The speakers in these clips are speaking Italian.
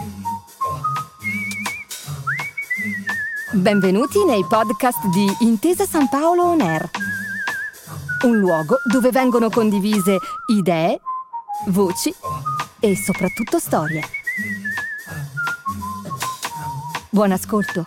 Benvenuti nei podcast di Intesa Sanpaolo On Air, un luogo dove vengono condivise idee, voci e soprattutto storie. Buon ascolto.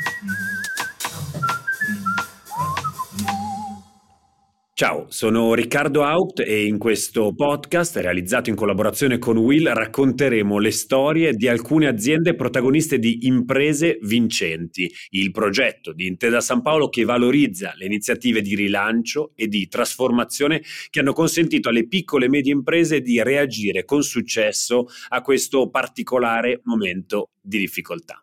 Ciao, sono Riccardo Haupt e in questo podcast, realizzato in collaborazione con Will, racconteremo le storie di alcune aziende protagoniste di Imprese Vincenti, il progetto di Intesa Sanpaolo che valorizza le iniziative di rilancio e di trasformazione che hanno consentito alle piccole e medie imprese di reagire con successo a questo particolare momento di difficoltà.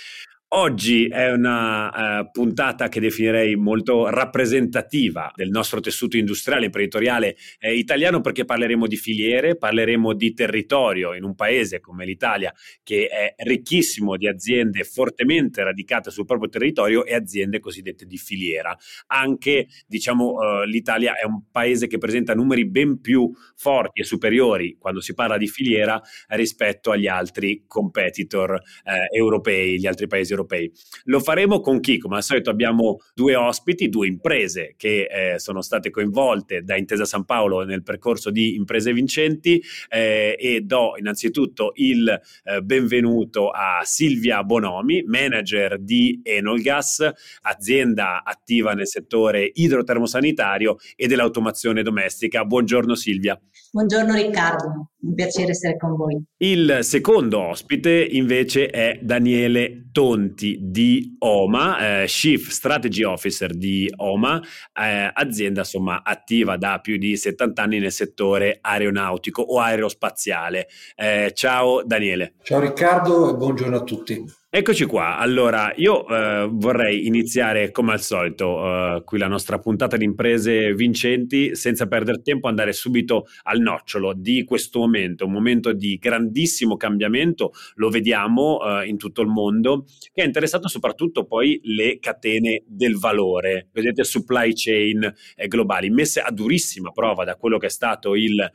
Oggi è una puntata che definirei molto rappresentativa del nostro tessuto industriale e imprenditoriale italiano, perché parleremo di filiere, parleremo di territorio in un paese come l'Italia che è ricchissimo di aziende fortemente radicate sul proprio territorio e aziende cosiddette di filiera. Anche, l'Italia è un paese che presenta numeri ben più forti e superiori quando si parla di filiera rispetto agli altri competitor europei, gli altri paesi europei. Lo faremo con chi? Come al solito abbiamo due ospiti, due imprese che sono state coinvolte da Intesa Sanpaolo nel percorso di Imprese Vincenti e do innanzitutto il benvenuto a Silvia Bonomi, manager di Enolgas, azienda attiva nel settore idrotermosanitario e dell'automazione domestica. Buongiorno Silvia. Buongiorno Riccardo, un piacere essere con voi. Il secondo ospite invece è Daniele Tonti di OMA, Chief Strategy Officer di OMA, azienda attiva da più di 70 anni nel settore aeronautico o aerospaziale. Ciao Daniele. Ciao Riccardo e buongiorno a tutti. Eccoci qua, allora io vorrei iniziare come al solito qui la nostra puntata di Imprese Vincenti senza perdere tempo, andare subito al nocciolo di questo momento, un momento di grandissimo cambiamento, lo vediamo in tutto il mondo, che è interessato soprattutto poi le catene del valore, vedete supply chain globali, messe a durissima prova da quello che è stato il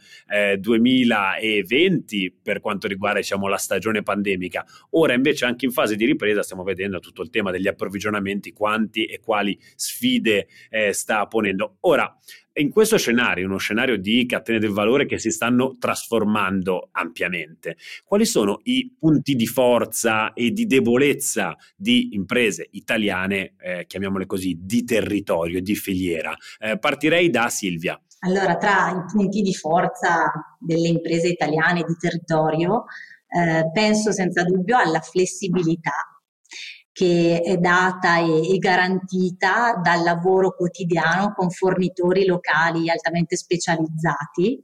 2020 per quanto riguarda la stagione pandemica. Ora invece anche in fase di ripresa stiamo vedendo tutto il tema degli approvvigionamenti, quanti e quali sfide sta ponendo. Ora, in questo scenario, uno scenario di catene del valore che si stanno trasformando ampiamente, quali sono i punti di forza e di debolezza di imprese italiane, chiamiamole così, di territorio, di filiera? Partirei da Silvia. Allora, tra i punti di forza delle imprese italiane di territorio, penso senza dubbio alla flessibilità che è data e garantita dal lavoro quotidiano con fornitori locali altamente specializzati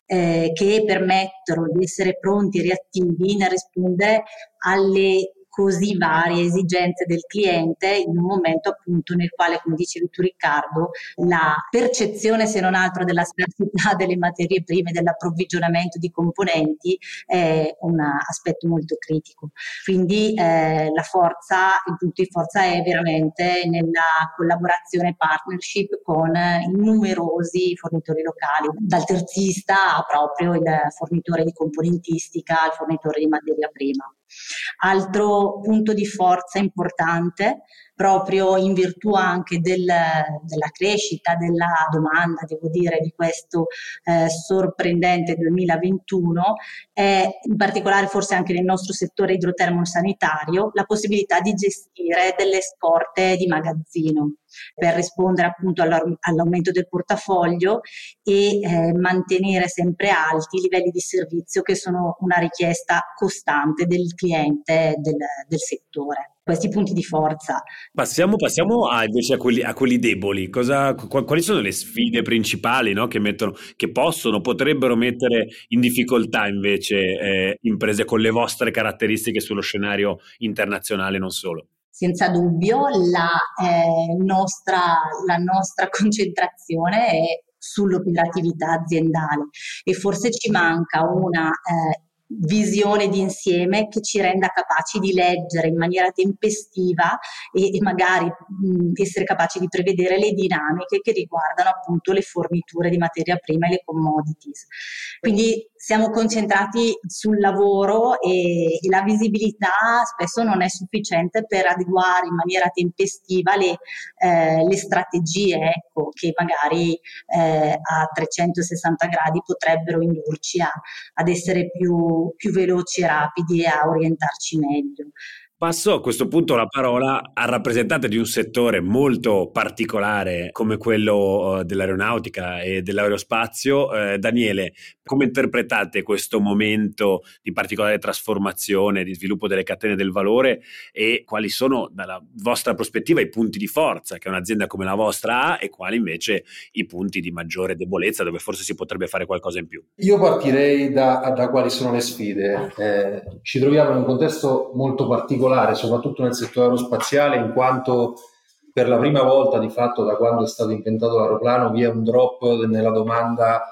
che permettono di essere pronti e reattivi nel rispondere alle così varie esigenze del cliente in un momento appunto nel quale, come dicevi tu Riccardo, la percezione se non altro della scarsità delle materie prime, dell'approvvigionamento di componenti è un aspetto molto critico. Quindi il punto di forza è veramente nella collaborazione partnership con i numerosi fornitori locali, dal terzista a proprio il fornitore di componentistica al fornitore di materia prima. Altro punto di forza importante, proprio in virtù anche della crescita della domanda, devo dire, di questo sorprendente 2021, è in particolare forse anche nel nostro settore idrotermosanitario la possibilità di gestire delle scorte di magazzino per rispondere appunto all'aumento del portafoglio e mantenere sempre alti i livelli di servizio che sono una richiesta costante del cliente del settore. Questi punti di forza. Passiamo invece a quelli deboli. Quali sono le sfide principali, no, potrebbero mettere in difficoltà invece imprese con le vostre caratteristiche sullo scenario internazionale, non solo? Senza dubbio la nostra concentrazione è sull'operatività aziendale e forse ci manca una visione d'insieme che ci renda capaci di leggere in maniera tempestiva e magari essere capaci di prevedere le dinamiche che riguardano appunto le forniture di materia prima e le commodities. Quindi siamo concentrati sul lavoro e la visibilità spesso non è sufficiente per adeguare in maniera tempestiva le strategie, ecco, che magari a 360 gradi potrebbero indurci ad essere più veloci e rapidi e a orientarci meglio. Passo a questo punto la parola al rappresentante di un settore molto particolare come quello dell'aeronautica e dell'aerospazio. Daniele, come interpretate questo momento di particolare trasformazione, di sviluppo delle catene del valore e quali sono dalla vostra prospettiva i punti di forza che un'azienda come la vostra ha e quali invece i punti di maggiore debolezza dove forse si potrebbe fare qualcosa in più? Io partirei da quali sono le sfide. Ci troviamo in un contesto molto particolare, soprattutto nel settore aerospaziale, in quanto per la prima volta, di fatto, da quando è stato inventato l'aeroplano, vi è un drop nella domanda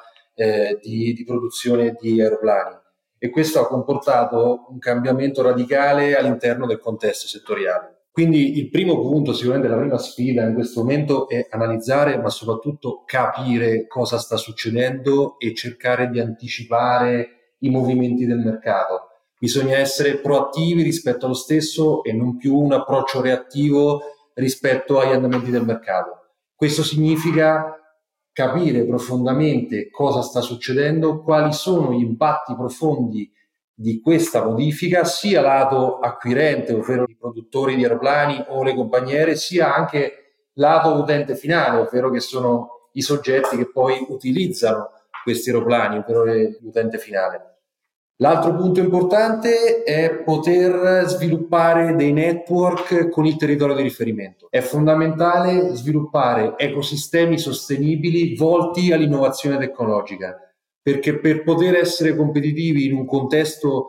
di produzione di aeroplani, e questo ha comportato un cambiamento radicale all'interno del contesto settoriale. Quindi il primo punto, sicuramente la prima sfida in questo momento, è analizzare, ma soprattutto capire cosa sta succedendo e cercare di anticipare i movimenti del mercato. Bisogna essere proattivi rispetto allo stesso e non più un approccio reattivo rispetto agli andamenti del mercato. Questo significa capire profondamente cosa sta succedendo, quali sono gli impatti profondi di questa modifica, sia lato acquirente, ovvero i produttori di aeroplani o le compagnie, sia anche lato utente finale, ovvero che sono i soggetti che poi utilizzano questi aeroplani, ovvero l'utente finale. L'altro punto importante è poter sviluppare dei network con il territorio di riferimento. È fondamentale sviluppare ecosistemi sostenibili volti all'innovazione tecnologica, perché per poter essere competitivi in un contesto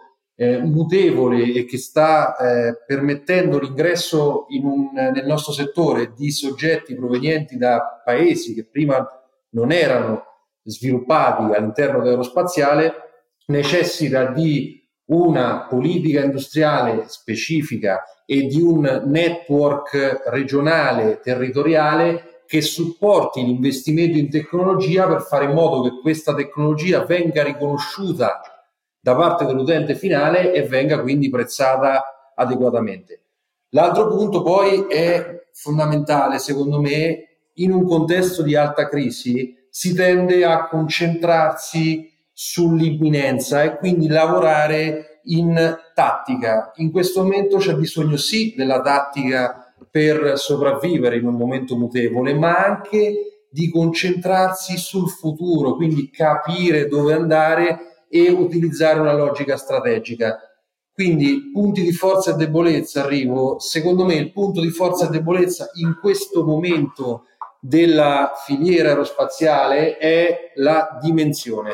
mutevole e che sta permettendo l'ingresso nel nostro settore di soggetti provenienti da paesi che prima non erano sviluppati all'interno dell'aerospaziale, necessita di una politica industriale specifica e di un network regionale, territoriale, che supporti l'investimento in tecnologia per fare in modo che questa tecnologia venga riconosciuta da parte dell'utente finale e venga quindi prezzata adeguatamente. L'altro punto poi è fondamentale, secondo me. In un contesto di alta crisi si tende a concentrarsi sull'imminenza e quindi lavorare in tattica. In questo momento c'è bisogno sì della tattica per sopravvivere in un momento mutevole, ma anche di concentrarsi sul futuro, quindi capire dove andare e utilizzare una logica strategica. Quindi punti di forza e debolezza, arrivo. Secondo me il punto di forza e debolezza in questo momento della filiera aerospaziale è la dimensione.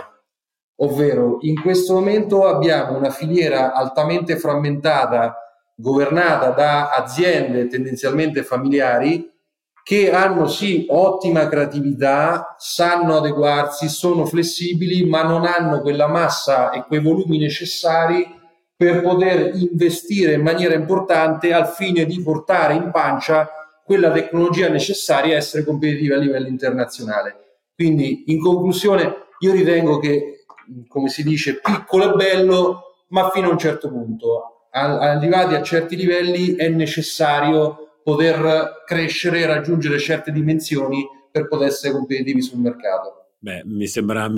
Ovvero, in questo momento abbiamo una filiera altamente frammentata, governata da aziende tendenzialmente familiari che hanno sì ottima creatività, sanno adeguarsi, sono flessibili, ma non hanno quella massa e quei volumi necessari per poter investire in maniera importante al fine di portare in pancia quella tecnologia necessaria a essere competitiva a livello internazionale. Quindi, in conclusione, io ritengo che, come si dice, piccolo è bello, ma fino a un certo punto. Arrivati a certi livelli è necessario poter crescere e raggiungere certe dimensioni per poter essere competitivi sul mercato. Beh, mi sembra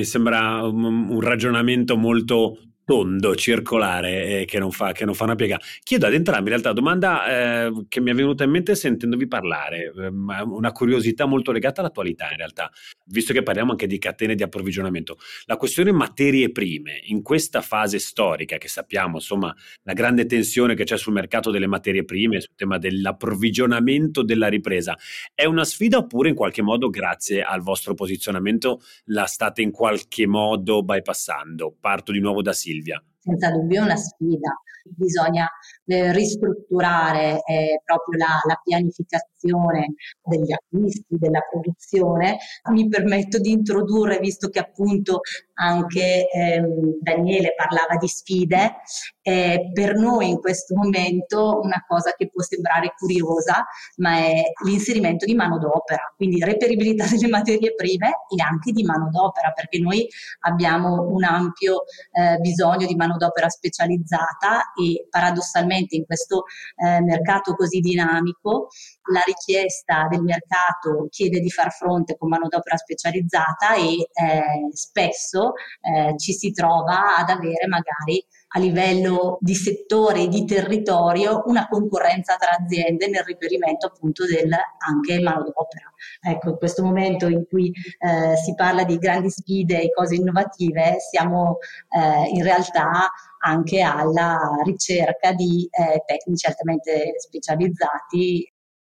un ragionamento molto tondo, circolare, che non fa una piega. Chiedo ad entrambi in realtà domanda che mi è venuta in mente sentendovi parlare, una curiosità molto legata all'attualità in realtà, visto che parliamo anche di catene di approvvigionamento. La questione materie prime, in questa fase storica che sappiamo, insomma, la grande tensione che c'è sul mercato delle materie prime, sul tema dell'approvvigionamento della ripresa, è una sfida oppure in qualche modo, grazie al vostro posizionamento, la state in qualche modo bypassando? Parto di nuovo da Silvia. senza dubbio è una sfida. Bisogna ristrutturare proprio la pianificazione degli acquisti, della produzione. Mi permetto di introdurre, visto che appunto anche Daniele parlava di sfide, per noi in questo momento una cosa che può sembrare curiosa, ma è l'inserimento di manodopera, quindi reperibilità delle materie prime e anche di manodopera, perché noi abbiamo un ampio bisogno di manodopera specializzata e paradossalmente in questo mercato così dinamico la richiesta del mercato chiede di far fronte con manodopera specializzata e spesso ci si trova ad avere magari a livello di settore e di territorio una concorrenza tra aziende nel reperimento appunto del anche manodopera. Ecco, in questo momento in cui si parla di grandi sfide e cose innovative, siamo in realtà anche alla ricerca di tecnici altamente specializzati.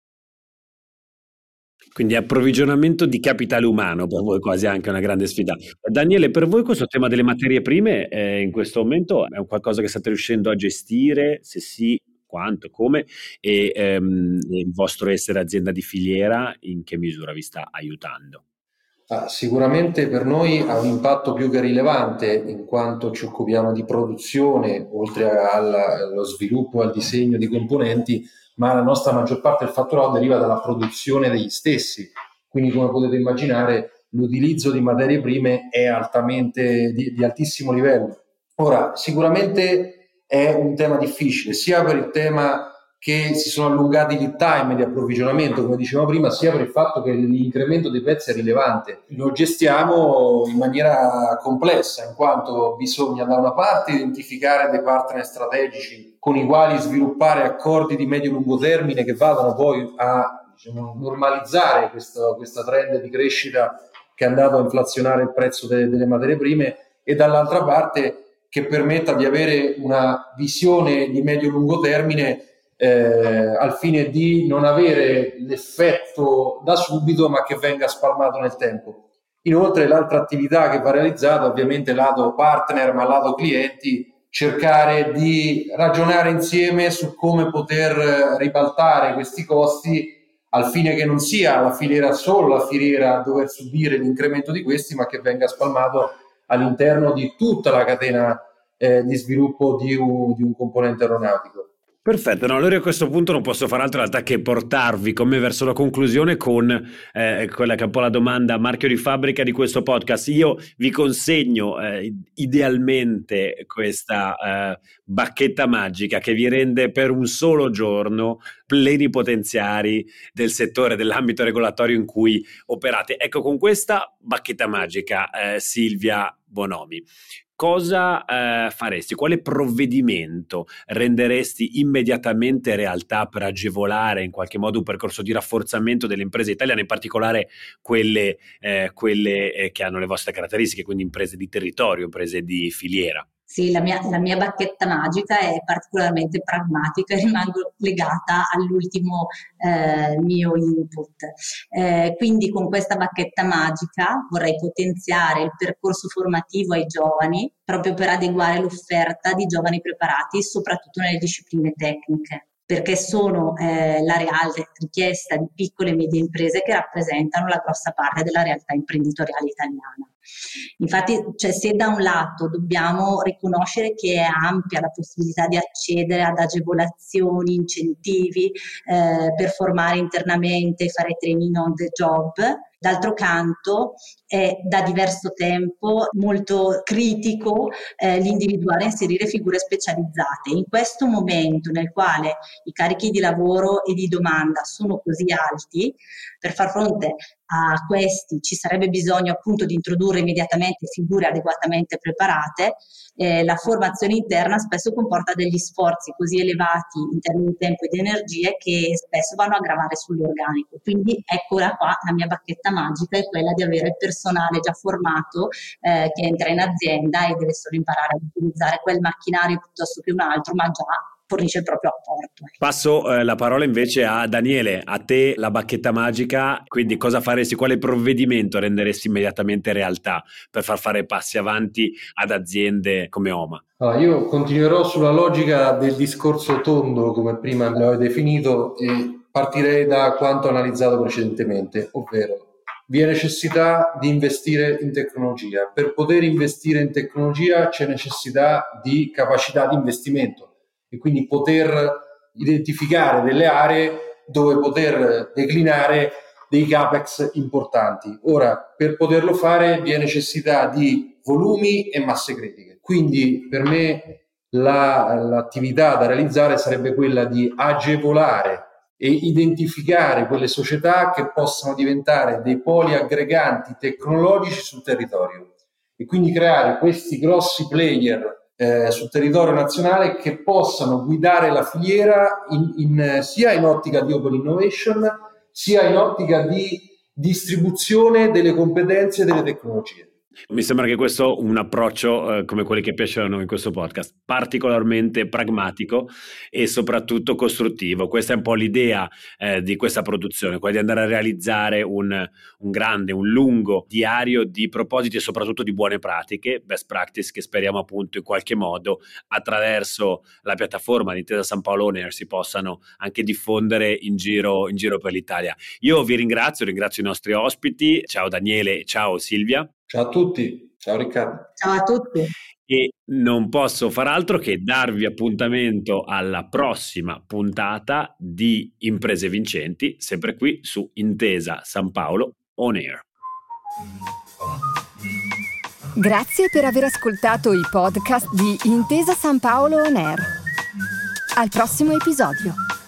Quindi approvvigionamento di capitale umano per voi quasi anche una grande sfida. Daniele, per voi questo tema delle materie prime in questo momento è un qualcosa che state riuscendo a gestire? Se sì, quanto, come? E il vostro essere azienda di filiera in che misura vi sta aiutando? Sicuramente per noi ha un impatto più che rilevante, in quanto ci occupiamo di produzione, oltre allo sviluppo e al disegno di componenti, ma la nostra maggior parte del fatturato deriva dalla produzione degli stessi. Quindi, come potete immaginare, l'utilizzo di materie prime è altamente di altissimo livello. Ora, sicuramente è un tema difficile, sia per il tema che si sono allungati i lead time di approvvigionamento, come dicevamo prima, sia per il fatto che l'incremento dei prezzi è rilevante. Lo gestiamo in maniera complessa, in quanto bisogna da una parte identificare dei partner strategici con i quali sviluppare accordi di medio-lungo termine che vadano poi a normalizzare questa trend di crescita che è andato a inflazionare il prezzo delle materie prime, e dall'altra parte che permetta di avere una visione di medio-lungo termine al fine di non avere l'effetto da subito, ma che venga spalmato nel tempo. Inoltre l'altra attività che va realizzata, ovviamente lato partner ma lato clienti, cercare di ragionare insieme su come poter ribaltare questi costi, al fine che non sia la filiera solo la filiera a dover subire l'incremento di questi, ma che venga spalmato all'interno di tutta la catena di sviluppo di un componente aeronautico. Perfetto, no, allora io a questo punto non posso fare altro in realtà che portarvi con me verso la conclusione con quella che è un po' la domanda marchio di fabbrica di questo podcast. Io vi consegno idealmente questa bacchetta magica che vi rende per un solo giorno plenipotenziari del settore, dell'ambito regolatorio in cui operate. Ecco, con questa bacchetta magica, Silvia Bonomi, cosa faresti? Quale provvedimento renderesti immediatamente realtà per agevolare in qualche modo un percorso di rafforzamento delle imprese italiane, in particolare quelle che hanno le vostre caratteristiche, quindi imprese di territorio, imprese di filiera? Sì, la mia bacchetta magica è particolarmente pragmatica e rimango legata all'ultimo mio input. Quindi con questa bacchetta magica vorrei potenziare il percorso formativo ai giovani proprio per adeguare l'offerta di giovani preparati, soprattutto nelle discipline tecniche, perché sono la reale richiesta di piccole e medie imprese che rappresentano la grossa parte della realtà imprenditoriale italiana. Infatti, se da un lato dobbiamo riconoscere che è ampia la possibilità di accedere ad agevolazioni, incentivi per formare internamente e fare training on the job, d'altro canto è da diverso tempo molto critico l'individuare e inserire figure specializzate. In questo momento nel quale i carichi di lavoro e di domanda sono così alti, per far fronte a questi ci sarebbe bisogno appunto di introdurre immediatamente figure adeguatamente preparate. La formazione interna spesso comporta degli sforzi così elevati in termini di tempo e di energie che spesso vanno a gravare sull'organico. Quindi eccola qua, la mia bacchetta magica è quella di avere personale già formato che entra in azienda e deve solo imparare ad utilizzare quel macchinario piuttosto che un altro, ma già fornisce il proprio apporto. Passo la parola invece a Daniele, a te la bacchetta magica, quindi cosa faresti, quale provvedimento renderesti immediatamente realtà per far fare passi avanti ad aziende come Oma? Allora, io continuerò sulla logica del discorso tondo, come prima l'avevo definito, e partirei da quanto analizzato precedentemente, ovvero vi è necessità di investire in tecnologia. Per poter investire in tecnologia c'è necessità di capacità di investimento e quindi poter identificare delle aree dove poter declinare dei capex importanti. Ora, per poterlo fare vi è necessità di volumi e masse critiche. Quindi per me l'attività da realizzare sarebbe quella di agevolare e identificare quelle società che possano diventare dei poli aggreganti tecnologici sul territorio e quindi creare questi grossi player sul territorio nazionale che possano guidare la filiera sia in ottica di open innovation sia in ottica di distribuzione delle competenze e delle tecnologie. Mi sembra che questo un approccio come quelli che piacciono in questo podcast, particolarmente pragmatico e soprattutto costruttivo. Questa è un po' l'idea di questa produzione, quella di andare a realizzare un lungo diario di propositi e soprattutto di buone pratiche, best practice, che speriamo appunto in qualche modo attraverso la piattaforma di Intesa San Paolo On Air si possano anche diffondere in giro per l'Italia. Io vi ringrazio i nostri ospiti, ciao Daniele e ciao Silvia. Ciao a tutti, ciao Riccardo. Ciao a tutti. E non posso far altro che darvi appuntamento alla prossima puntata di Imprese Vincenti, sempre qui su Intesa San Paolo On Air. Grazie per aver ascoltato i podcast di Intesa San Paolo On Air. Al prossimo episodio.